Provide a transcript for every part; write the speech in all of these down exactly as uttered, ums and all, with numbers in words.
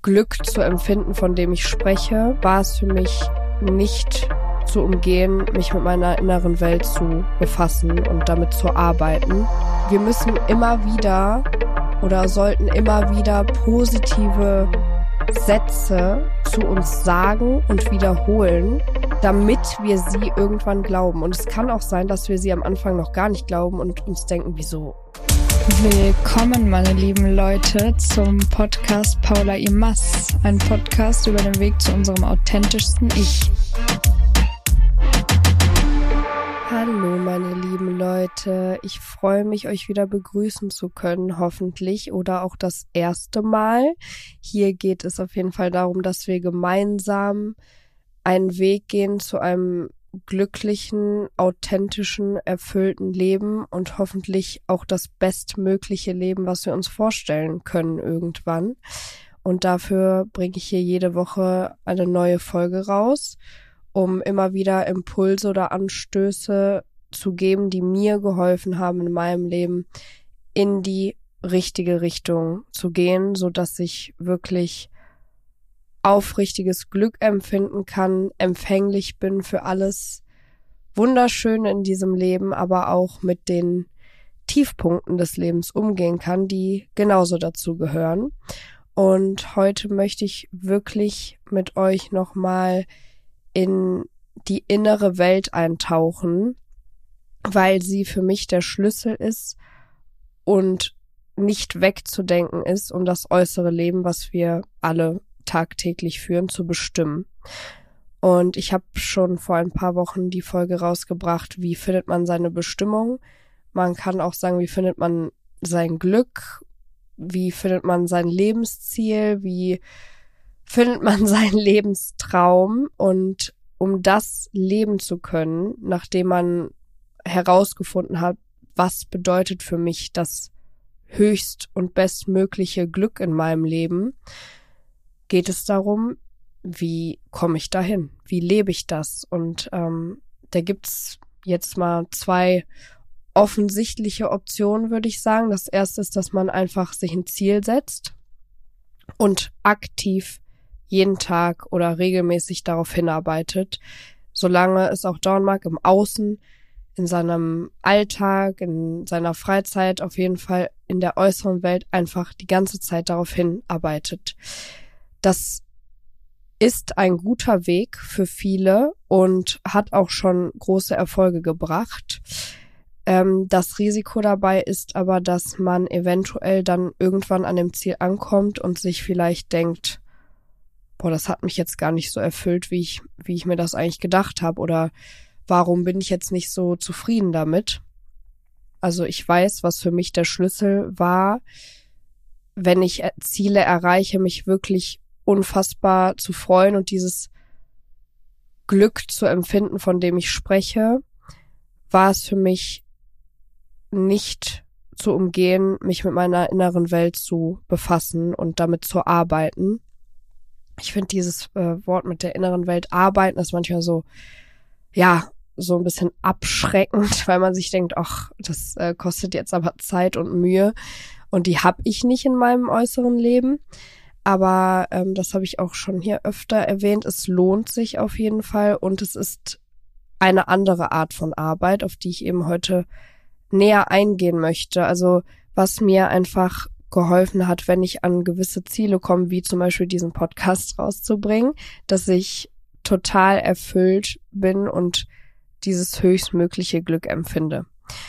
Glück zu empfinden, von dem ich spreche, war es für mich nicht zu umgehen, mich mit meiner inneren Welt zu befassen und damit zu arbeiten. Wir müssen immer wieder oder sollten immer wieder positive Sätze zu uns sagen und wiederholen, damit wir sie irgendwann glauben. Und es kann auch sein, dass wir sie am Anfang noch gar nicht glauben und uns denken, wieso? Willkommen, meine lieben Leute, zum Podcast Paula Imas, ein Podcast über den Weg zu unserem authentischsten Ich. Hallo, meine lieben Leute, ich freue mich, euch wieder begrüßen zu können, hoffentlich, oder auch das erste Mal. Hier geht es auf jeden Fall darum, dass wir gemeinsam einen Weg gehen zu einem glücklichen, authentischen, erfüllten Leben und hoffentlich auch das bestmögliche Leben, was wir uns vorstellen können irgendwann. Und dafür bringe ich hier jede Woche eine neue Folge raus, um immer wieder Impulse oder Anstöße zu geben, die mir geholfen haben, in meinem Leben in die richtige Richtung zu gehen, so dass ich wirklich aufrichtiges Glück empfinden kann, empfänglich bin für alles Wunderschöne in diesem Leben, aber auch mit den Tiefpunkten des Lebens umgehen kann, die genauso dazu gehören. Und heute möchte ich wirklich mit euch nochmal in die innere Welt eintauchen, weil sie für mich der Schlüssel ist und nicht wegzudenken ist, um das äußere Leben, was wir alle tagtäglich führen, zu bestimmen. Und ich habe schon vor ein paar Wochen die Folge rausgebracht, wie findet man seine Bestimmung. Man kann auch sagen, wie findet man sein Glück, wie findet man sein Lebensziel, wie findet man seinen Lebenstraum. Und um das leben zu können, nachdem man herausgefunden hat, was bedeutet für mich das höchst und bestmögliche Glück in meinem Leben, geht es darum, wie komme ich dahin? Wie lebe ich das? Und ähm, da gibt's jetzt mal zwei offensichtliche Optionen, würde ich sagen. Das erste ist, dass man einfach sich ein Ziel setzt und aktiv jeden Tag oder regelmäßig darauf hinarbeitet, solange es auch dauern mag, im Außen, in seinem Alltag, in seiner Freizeit, auf jeden Fall in der äußeren Welt einfach die ganze Zeit darauf hinarbeitet. Das ist ein guter Weg für viele und hat auch schon große Erfolge gebracht. Ähm, das Risiko dabei ist aber, dass man eventuell dann irgendwann an dem Ziel ankommt und sich vielleicht denkt, boah, das hat mich jetzt gar nicht so erfüllt, wie ich, wie ich mir das eigentlich gedacht habe, oder warum bin ich jetzt nicht so zufrieden damit? Also ich weiß, was für mich der Schlüssel war, wenn ich Ziele erreiche, mich wirklich unfassbar zu freuen und dieses Glück zu empfinden, von dem ich spreche, war es für mich nicht zu umgehen, mich mit meiner inneren Welt zu befassen und damit zu arbeiten. Ich finde dieses äh, Wort mit der inneren Welt arbeiten ist manchmal so, ja, so ein bisschen abschreckend, weil man sich denkt, ach, das äh, kostet jetzt aber Zeit und Mühe und die habe ich nicht in meinem äußeren Leben. Aber ähm, das habe ich auch schon hier öfter erwähnt. Es lohnt sich auf jeden Fall und es ist eine andere Art von Arbeit, auf die ich eben heute näher eingehen möchte. Also was mir einfach geholfen hat, wenn ich an gewisse Ziele komme, wie zum Beispiel diesen Podcast rauszubringen, dass ich total erfüllt bin und dieses höchstmögliche Glück empfinde.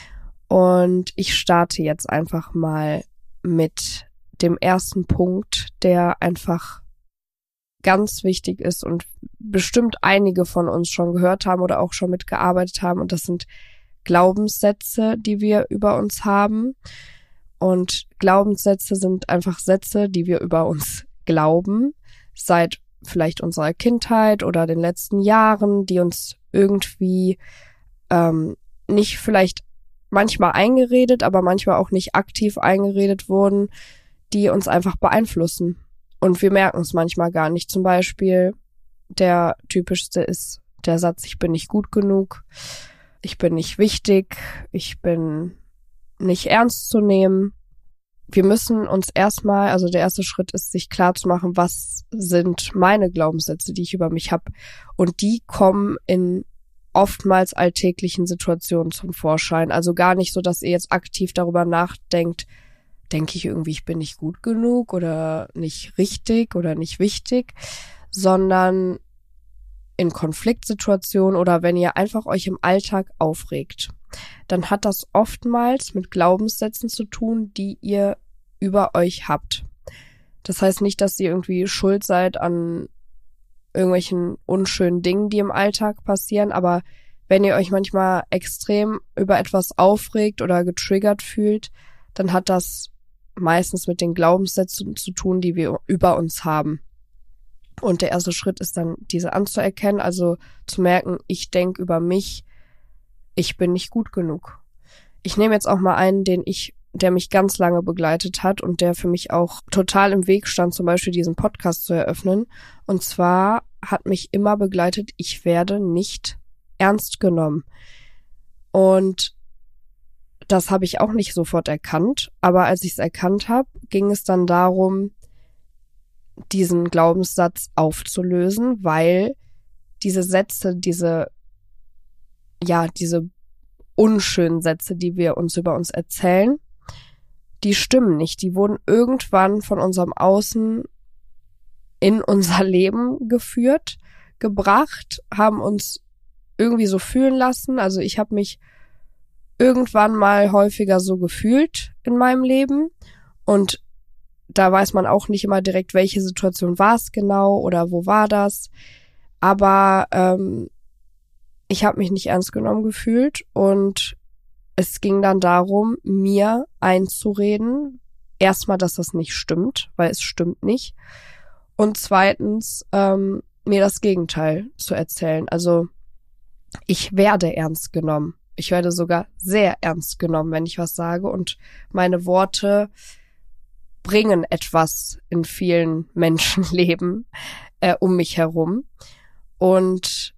Und ich starte jetzt einfach mal mit dem ersten Punkt, der einfach ganz wichtig ist und bestimmt einige von uns schon gehört haben oder auch schon mitgearbeitet haben. Und das sind Glaubenssätze, die wir über uns haben. Und Glaubenssätze sind einfach Sätze, die wir über uns glauben, seit vielleicht unserer Kindheit oder den letzten Jahren, die uns irgendwie ähm, nicht vielleicht manchmal eingeredet, aber manchmal auch nicht aktiv eingeredet wurden, die uns einfach beeinflussen. Und wir merken es manchmal gar nicht. Zum Beispiel, der typischste ist der Satz, ich bin nicht gut genug, ich bin nicht wichtig, ich bin nicht ernst zu nehmen. wir müssen uns erstmal, also der erste Schritt ist, sich klar zu machen, was sind meine Glaubenssätze, die ich über mich habe. Und die kommen in oftmals alltäglichen Situationen zum Vorschein. Also gar nicht so, dass ihr jetzt aktiv darüber nachdenkt, denke ich irgendwie, ich bin nicht gut genug oder nicht richtig oder nicht wichtig, sondern in Konfliktsituationen oder wenn ihr einfach euch im Alltag aufregt, dann hat das oftmals mit Glaubenssätzen zu tun, die ihr über euch habt. Das heißt nicht, dass ihr irgendwie schuld seid an irgendwelchen unschönen Dingen, die im Alltag passieren, aber wenn ihr euch manchmal extrem über etwas aufregt oder getriggert fühlt, dann hat das meistens mit den Glaubenssätzen zu tun, die wir über uns haben. Und der erste Schritt ist dann, diese anzuerkennen, also zu merken, ich denke über mich, ich bin nicht gut genug. Ich nehme jetzt auch mal einen, den ich, der mich ganz lange begleitet hat und der für mich auch total im Weg stand, zum Beispiel diesen Podcast zu eröffnen. Und zwar hat mich immer begleitet, ich werde nicht ernst genommen. Und das habe ich auch nicht sofort erkannt, aber als ich es erkannt habe, ging es dann darum, diesen Glaubenssatz aufzulösen, weil diese Sätze, diese, ja, diese unschönen Sätze, die wir uns über uns erzählen, die stimmen nicht. Die wurden irgendwann von unserem Außen in unser Leben geführt, gebracht, haben uns irgendwie so fühlen lassen. Also ich habe mich irgendwann mal häufiger so gefühlt in meinem Leben und da weiß man auch nicht immer direkt, welche Situation war es genau oder wo war das. Aber ähm, ich habe mich nicht ernst genommen gefühlt und es ging dann darum, mir einzureden, erstmal, dass das nicht stimmt, weil es stimmt nicht. Und zweitens, ähm, mir das Gegenteil zu erzählen. Also ich werde ernst genommen. Ich werde sogar sehr ernst genommen, wenn ich was sage. Und meine Worte bringen etwas in vielen Menschenleben äh, um mich herum. Und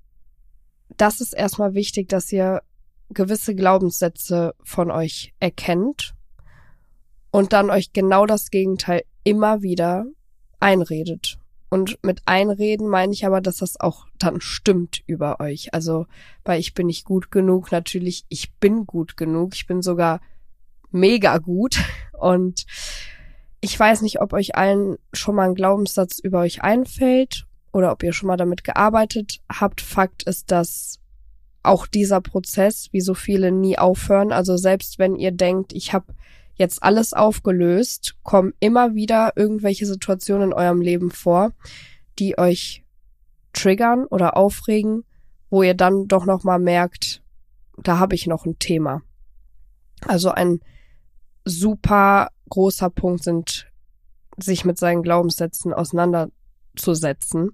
das ist erstmal wichtig, dass ihr gewisse Glaubenssätze von euch erkennt und dann euch genau das Gegenteil immer wieder einredet. Und mit einreden meine ich aber, dass das auch dann stimmt über euch. Also bei ich bin nicht gut genug, natürlich, ich bin gut genug. Ich bin sogar mega gut. Und ich weiß nicht, ob euch allen schon mal ein Glaubenssatz über euch einfällt oder ob ihr schon mal damit gearbeitet habt. Fakt ist, dass auch dieser Prozess, wie so viele, nie aufhören. Also selbst wenn ihr denkt, ich habe jetzt alles aufgelöst, kommen immer wieder irgendwelche Situationen in eurem Leben vor, die euch triggern oder aufregen, wo ihr dann doch noch mal merkt, da habe ich noch ein Thema. Also ein super großer Punkt sind, sich mit seinen Glaubenssätzen auseinanderzusetzen.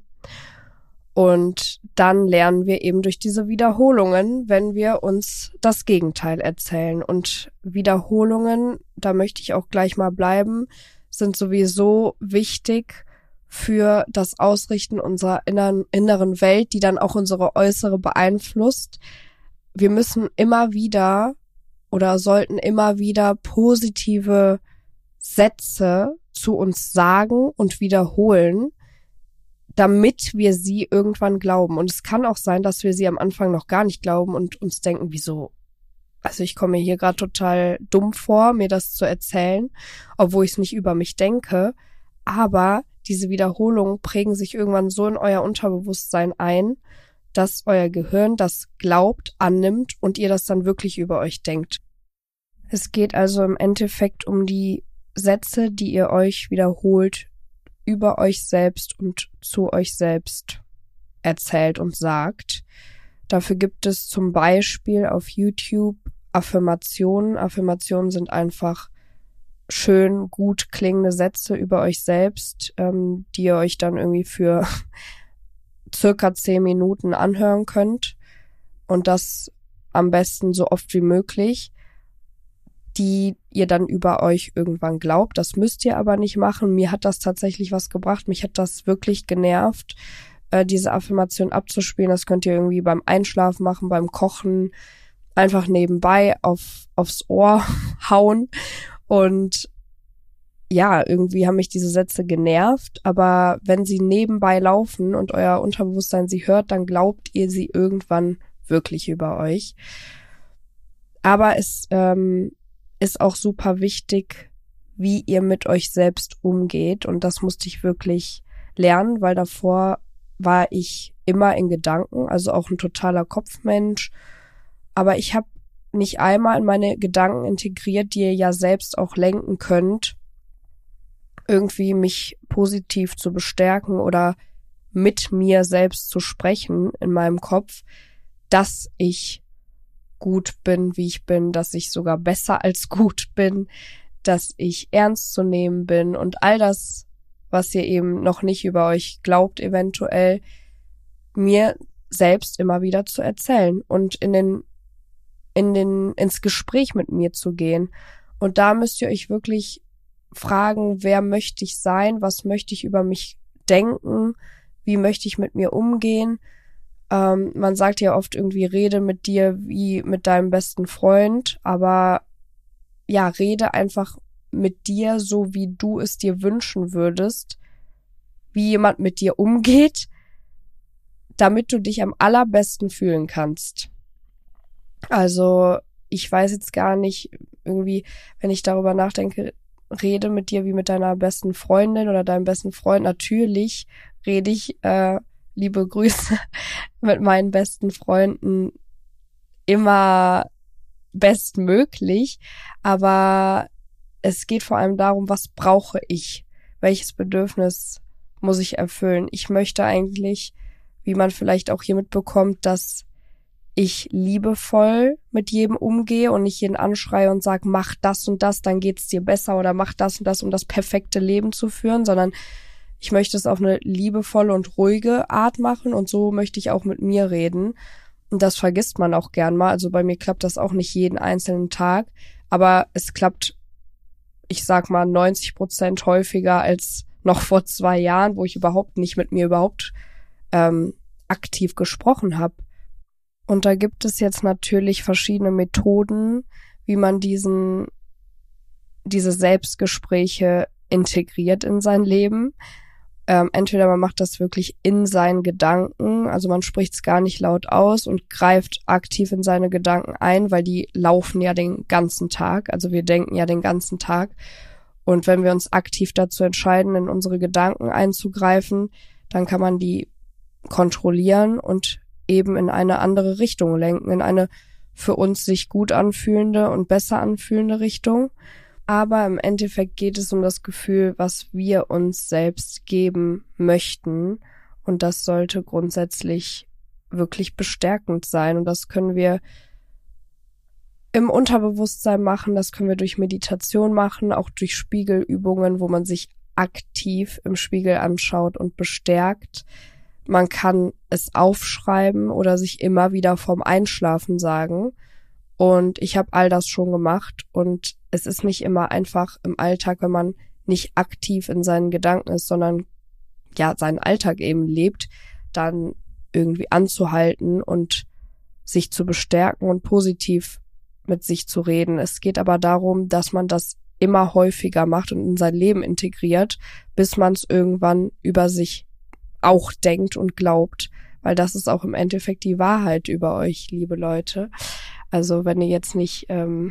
Und dann lernen wir eben durch diese Wiederholungen, wenn wir uns das Gegenteil erzählen. Und Wiederholungen, da möchte ich auch gleich mal bleiben, sind sowieso wichtig für das Ausrichten unserer inneren, inneren Welt, die dann auch unsere äußere beeinflusst. Wir müssen immer wieder oder sollten immer wieder positive Sätze zu uns sagen und wiederholen, damit wir sie irgendwann glauben. Und es kann auch sein, dass wir sie am Anfang noch gar nicht glauben und uns denken, wieso? Also ich komme mir hier gerade total dumm vor, mir das zu erzählen, obwohl ich es nicht über mich denke. Aber diese Wiederholungen prägen sich irgendwann so in euer Unterbewusstsein ein, dass euer Gehirn das glaubt, annimmt und ihr das dann wirklich über euch denkt. Es geht also im Endeffekt um die Sätze, die ihr euch wiederholt, über euch selbst und zu euch selbst erzählt und sagt. Dafür gibt es zum Beispiel auf YouTube Affirmationen. Affirmationen sind einfach schön, gut klingende Sätze über euch selbst, ähm, die ihr euch dann irgendwie für circa zehn Minuten anhören könnt. Und das am besten so oft wie möglich, die ihr dann über euch irgendwann glaubt. Das müsst ihr aber nicht machen. Mir hat das tatsächlich was gebracht. Mich hat das wirklich genervt, äh, diese Affirmation abzuspielen. Das könnt ihr irgendwie beim Einschlafen machen, beim Kochen, einfach nebenbei auf aufs Ohr hauen. Und ja, irgendwie haben mich diese Sätze genervt, aber wenn sie nebenbei laufen und euer Unterbewusstsein sie hört, dann glaubt ihr sie irgendwann wirklich über euch. Aber es ähm, ist auch super wichtig, wie ihr mit euch selbst umgeht. Und das musste ich wirklich lernen, weil davor war ich immer in Gedanken, also auch ein totaler Kopfmensch. Aber ich habe nicht einmal in meine Gedanken integriert, die ihr ja selbst auch lenken könnt, irgendwie mich positiv zu bestärken oder mit mir selbst zu sprechen in meinem Kopf, dass ich gut bin, wie ich bin, dass ich sogar besser als gut bin, dass ich ernst zu nehmen bin und all das, was ihr eben noch nicht über euch glaubt, eventuell mir selbst immer wieder zu erzählen und in den, in den, ins Gespräch mit mir zu gehen. Und da müsst ihr euch wirklich fragen, wer möchte ich sein, was möchte ich über mich denken, wie möchte ich mit mir umgehen. Ähm, man sagt ja oft irgendwie, rede mit dir wie mit deinem besten Freund, aber ja, rede einfach mit dir, so wie du es dir wünschen würdest, wie jemand mit dir umgeht, damit du dich am allerbesten fühlen kannst. Also ich weiß jetzt gar nicht, irgendwie, wenn ich darüber nachdenke, rede mit dir wie mit deiner besten Freundin oder deinem besten Freund. Natürlich rede ich, äh, liebe Grüße, mit meinen besten Freunden immer bestmöglich, aber es geht vor allem darum, was brauche ich? Welches Bedürfnis muss ich erfüllen? Ich möchte eigentlich, wie man vielleicht auch hier mitbekommt, dass ich liebevoll mit jedem umgehe und nicht jeden anschreie und sage, mach das und das, dann geht's dir besser, oder mach das und das, um das perfekte Leben zu führen, sondern ich möchte es auf eine liebevolle und ruhige Art machen und so möchte ich auch mit mir reden. Und das vergisst man auch gern mal. Also bei mir klappt das auch nicht jeden einzelnen Tag, aber es klappt, ich sag mal, neunzig Prozent häufiger als noch vor zwei Jahren, wo ich überhaupt nicht mit mir überhaupt ähm, aktiv gesprochen habe. Und da gibt es jetzt natürlich verschiedene Methoden, wie man diesen, diese Selbstgespräche integriert in sein Leben. Ähm, entweder man macht das wirklich in seinen Gedanken, also man spricht es gar nicht laut aus und greift aktiv in seine Gedanken ein, weil die laufen ja den ganzen Tag, also wir denken ja den ganzen Tag. Und wenn wir uns aktiv dazu entscheiden, in unsere Gedanken einzugreifen, dann kann man die kontrollieren und eben in eine andere Richtung lenken, in eine für uns sich gut anfühlende und besser anfühlende Richtung. Aber im Endeffekt geht es um das Gefühl, was wir uns selbst geben möchten. Und das sollte grundsätzlich wirklich bestärkend sein. Und das können wir im Unterbewusstsein machen, das können wir durch Meditation machen, auch durch Spiegelübungen, wo man sich aktiv im Spiegel anschaut und bestärkt. Man kann es aufschreiben oder sich immer wieder vorm Einschlafen sagen. Und ich habe all das schon gemacht und es ist nicht immer einfach im Alltag, wenn man nicht aktiv in seinen Gedanken ist, sondern ja seinen Alltag eben lebt, dann irgendwie anzuhalten und sich zu bestärken und positiv mit sich zu reden. Es geht aber darum, dass man das immer häufiger macht und in sein Leben integriert, bis man es irgendwann über sich auch denkt und glaubt, weil das ist auch im Endeffekt die Wahrheit über euch, liebe Leute. Also wenn ihr jetzt nicht ähm,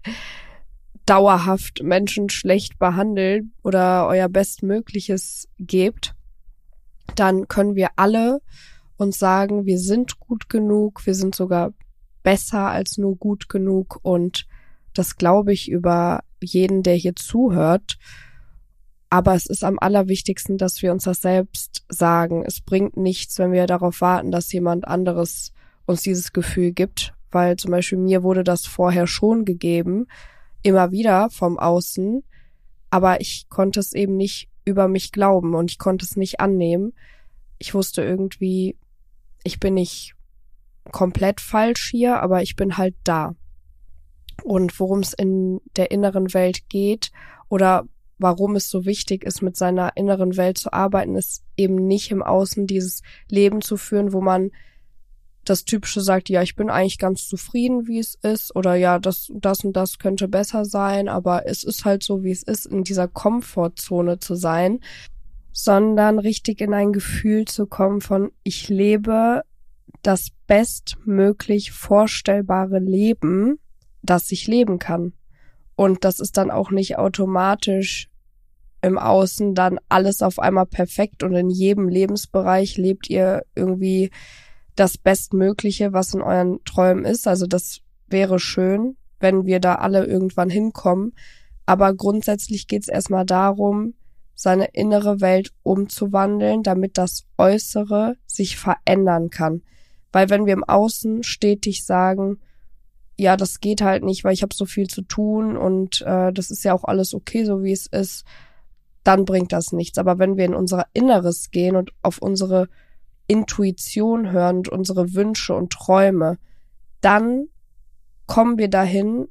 dauerhaft Menschen schlecht behandelt oder euer Bestmögliches gebt, dann können wir alle uns sagen, wir sind gut genug, wir sind sogar besser als nur gut genug und das glaube ich über jeden, der hier zuhört. Aber es ist am allerwichtigsten, dass wir uns das selbst sagen. Es bringt nichts, wenn wir darauf warten, dass jemand anderes uns dieses Gefühl gibt, weil zum Beispiel mir wurde das vorher schon gegeben, immer wieder vom Außen, aber ich konnte es eben nicht über mich glauben und ich konnte es nicht annehmen. Ich wusste irgendwie, ich bin nicht komplett falsch hier, aber ich bin halt da. Und worum es in der inneren Welt geht oder warum es so wichtig ist, mit seiner inneren Welt zu arbeiten, ist eben nicht im Außen dieses Leben zu führen, wo man das Typische sagt, ja, ich bin eigentlich ganz zufrieden, wie es ist, oder ja, das, das und das könnte besser sein, aber es ist halt so, wie es ist, in dieser Komfortzone zu sein, sondern richtig in ein Gefühl zu kommen von, ich lebe das bestmöglich vorstellbare Leben, das ich leben kann. Und das ist dann auch nicht automatisch im Außen dann alles auf einmal perfekt und in jedem Lebensbereich lebt ihr irgendwie das Bestmögliche, was in euren Träumen ist. Also das wäre schön, wenn wir da alle irgendwann hinkommen. Aber grundsätzlich geht es erstmal darum, seine innere Welt umzuwandeln, damit das Äußere sich verändern kann. Weil wenn wir im Außen stetig sagen, ja, das geht halt nicht, weil ich habe so viel zu tun und äh, das ist ja auch alles okay, so wie es ist, dann bringt das nichts. Aber wenn wir in unser Inneres gehen und auf unsere Intuition hören und unsere Wünsche und Träume, dann kommen wir dahin,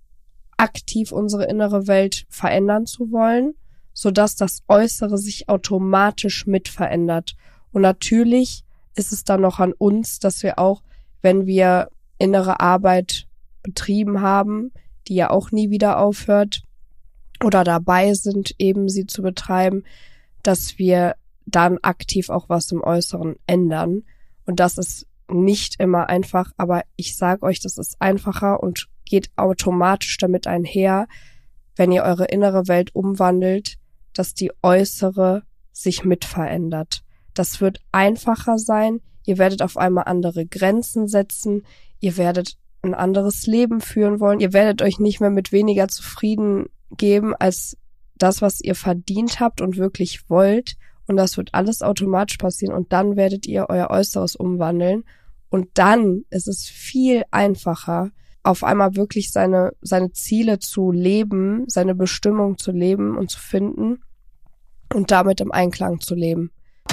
aktiv unsere innere Welt verändern zu wollen, sodass das Äußere sich automatisch mit verändert. Und natürlich ist es dann noch an uns, dass wir auch, wenn wir innere Arbeit betrieben haben, die ja auch nie wieder aufhört, oder dabei sind, eben sie zu betreiben, dass wir dann aktiv auch was im Äußeren ändern. Und das ist nicht immer einfach, aber ich sage euch, das ist einfacher und geht automatisch damit einher, wenn ihr eure innere Welt umwandelt, dass die äußere sich mit verändert. Das wird einfacher sein, ihr werdet auf einmal andere Grenzen setzen, ihr werdet ein anderes Leben führen wollen, ihr werdet euch nicht mehr mit weniger zufrieden geben als das, was ihr verdient habt und wirklich wollt. Und das wird alles automatisch passieren und dann werdet ihr euer Äußeres umwandeln und dann ist es viel einfacher, auf einmal wirklich seine seine Ziele zu leben, seine Bestimmung zu leben und zu finden und damit im Einklang zu leben.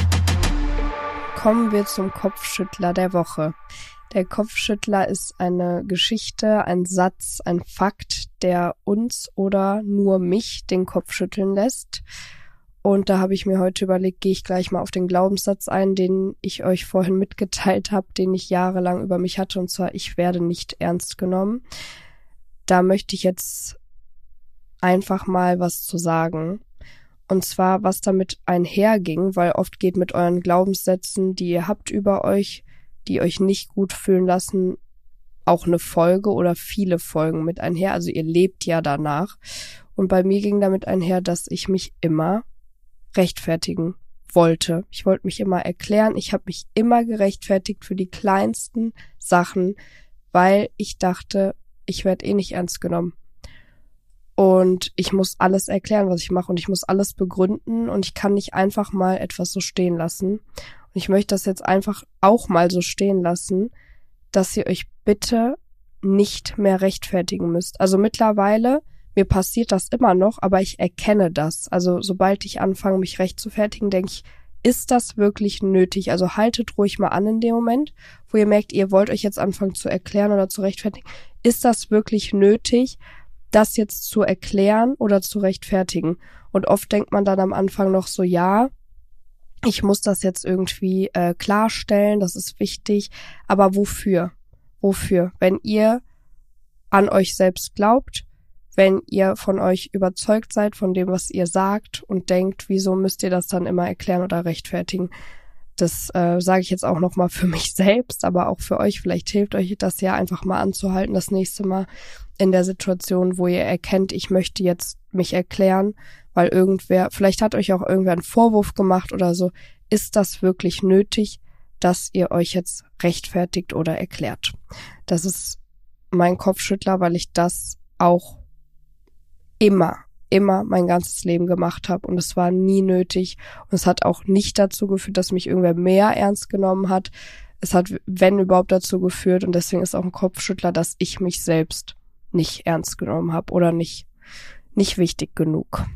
Kommen wir zum Kopfschüttler der Woche. Der Kopfschüttler ist eine Geschichte, ein Satz, ein Fakt, der uns oder nur mich den Kopf schütteln lässt. Und da habe ich mir heute überlegt, gehe ich gleich mal auf den Glaubenssatz ein, den ich euch vorhin mitgeteilt habe, den ich jahrelang über mich hatte, und zwar, ich werde nicht ernst genommen. Da möchte ich jetzt einfach mal was zu sagen. Und zwar, was damit einherging, weil oft geht mit euren Glaubenssätzen, die ihr habt über euch, die euch nicht gut fühlen lassen, auch eine Folge oder viele Folgen mit einher. Also ihr lebt ja danach. Und bei mir ging damit einher, dass ich mich immer rechtfertigen wollte. Ich wollte mich immer erklären. Ich habe mich immer gerechtfertigt für die kleinsten Sachen, weil ich dachte, ich werde eh nicht ernst genommen. Und ich muss alles erklären, was ich mache. Und ich muss alles begründen. Und ich kann nicht einfach mal etwas so stehen lassen. Und ich möchte das jetzt einfach auch mal so stehen lassen, dass ihr euch bitte nicht mehr rechtfertigen müsst. Also mittlerweile, mir passiert das immer noch, aber ich erkenne das. Also sobald ich anfange, mich rechtfertigen, denke ich, ist das wirklich nötig? Also haltet ruhig mal an in dem Moment, wo ihr merkt, ihr wollt euch jetzt anfangen zu erklären oder zu rechtfertigen. Ist das wirklich nötig, das jetzt zu erklären oder zu rechtfertigen? Und oft denkt man dann am Anfang noch so, ja, ich muss das jetzt irgendwie äh, klarstellen, das ist wichtig. Aber wofür? Wofür? Wenn ihr an euch selbst glaubt, wenn ihr von euch überzeugt seid, von dem, was ihr sagt und denkt, wieso müsst ihr das dann immer erklären oder rechtfertigen? Das äh, sage ich jetzt auch nochmal für mich selbst, aber auch für euch. Vielleicht hilft euch das ja einfach mal anzuhalten, das nächste Mal in der Situation, wo ihr erkennt, ich möchte jetzt mich erklären, weil irgendwer, vielleicht hat euch auch irgendwer einen Vorwurf gemacht oder so. Ist das wirklich nötig, dass ihr euch jetzt rechtfertigt oder erklärt? Das ist mein Kopfschüttler, weil ich das auch immer, immer mein ganzes Leben gemacht habe und es war nie nötig und es hat auch nicht dazu geführt, dass mich irgendwer mehr ernst genommen hat. Es hat, wenn überhaupt, dazu geführt und deswegen ist auch ein Kopfschüttler, dass ich mich selbst nicht ernst genommen habe oder nicht, nicht wichtig genug.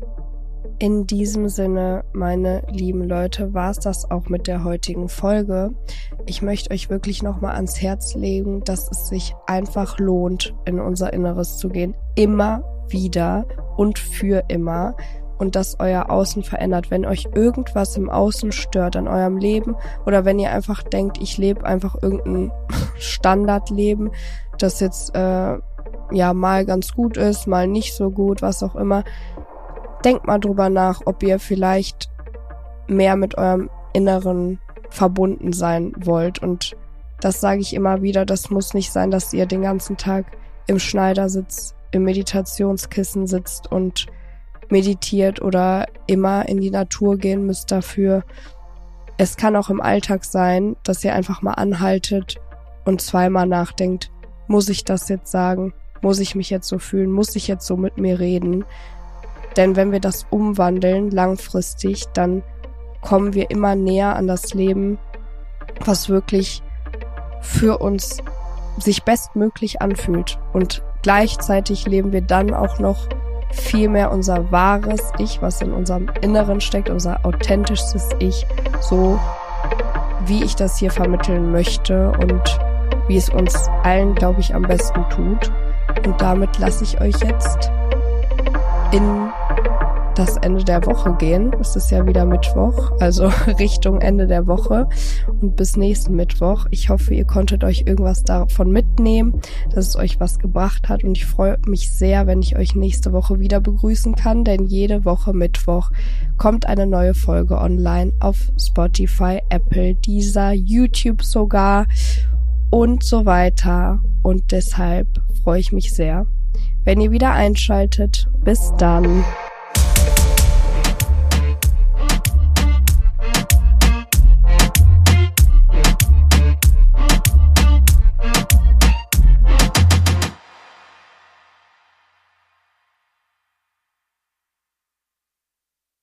In diesem Sinne, meine lieben Leute, war es das auch mit der heutigen Folge. Ich möchte euch wirklich nochmal ans Herz legen, dass es sich einfach lohnt, in unser Inneres zu gehen. Immer wieder und für immer. und das euer Außen verändert. Wenn euch irgendwas im Außen stört an eurem Leben oder wenn ihr einfach denkt, ich lebe einfach irgendein Standardleben, das jetzt äh, ja mal ganz gut ist, mal nicht so gut, was auch immer. Denkt mal drüber nach, ob ihr vielleicht mehr mit eurem Inneren verbunden sein wollt. Und das sage ich immer wieder, das muss nicht sein, dass ihr den ganzen Tag im Schneidersitz, im Meditationskissen sitzt und meditiert oder immer in die Natur gehen müsst dafür. Es kann auch im Alltag sein, dass ihr einfach mal anhaltet und zweimal nachdenkt, muss ich das jetzt sagen? Muss ich mich jetzt so fühlen? Muss ich jetzt so mit mir reden? Denn wenn wir das umwandeln langfristig, dann kommen wir immer näher an das Leben, was wirklich für uns sich bestmöglich anfühlt. Und gleichzeitig leben wir dann auch noch viel mehr unser wahres Ich, was in unserem Inneren steckt, unser authentischstes Ich, so wie ich das hier vermitteln möchte und wie es uns allen, glaube ich, am besten tut. Und damit lasse ich euch jetzt in das Ende der Woche gehen. Es ist ja wieder Mittwoch, also Richtung Ende der Woche und bis nächsten Mittwoch. Ich hoffe, ihr konntet euch irgendwas davon mitnehmen, dass es euch was gebracht hat und ich freue mich sehr, wenn ich euch nächste Woche wieder begrüßen kann, denn jede Woche Mittwoch kommt eine neue Folge online auf Spotify, Apple, Deezer, YouTube sogar und so weiter und deshalb freue ich mich sehr, wenn ihr wieder einschaltet. Bis dann.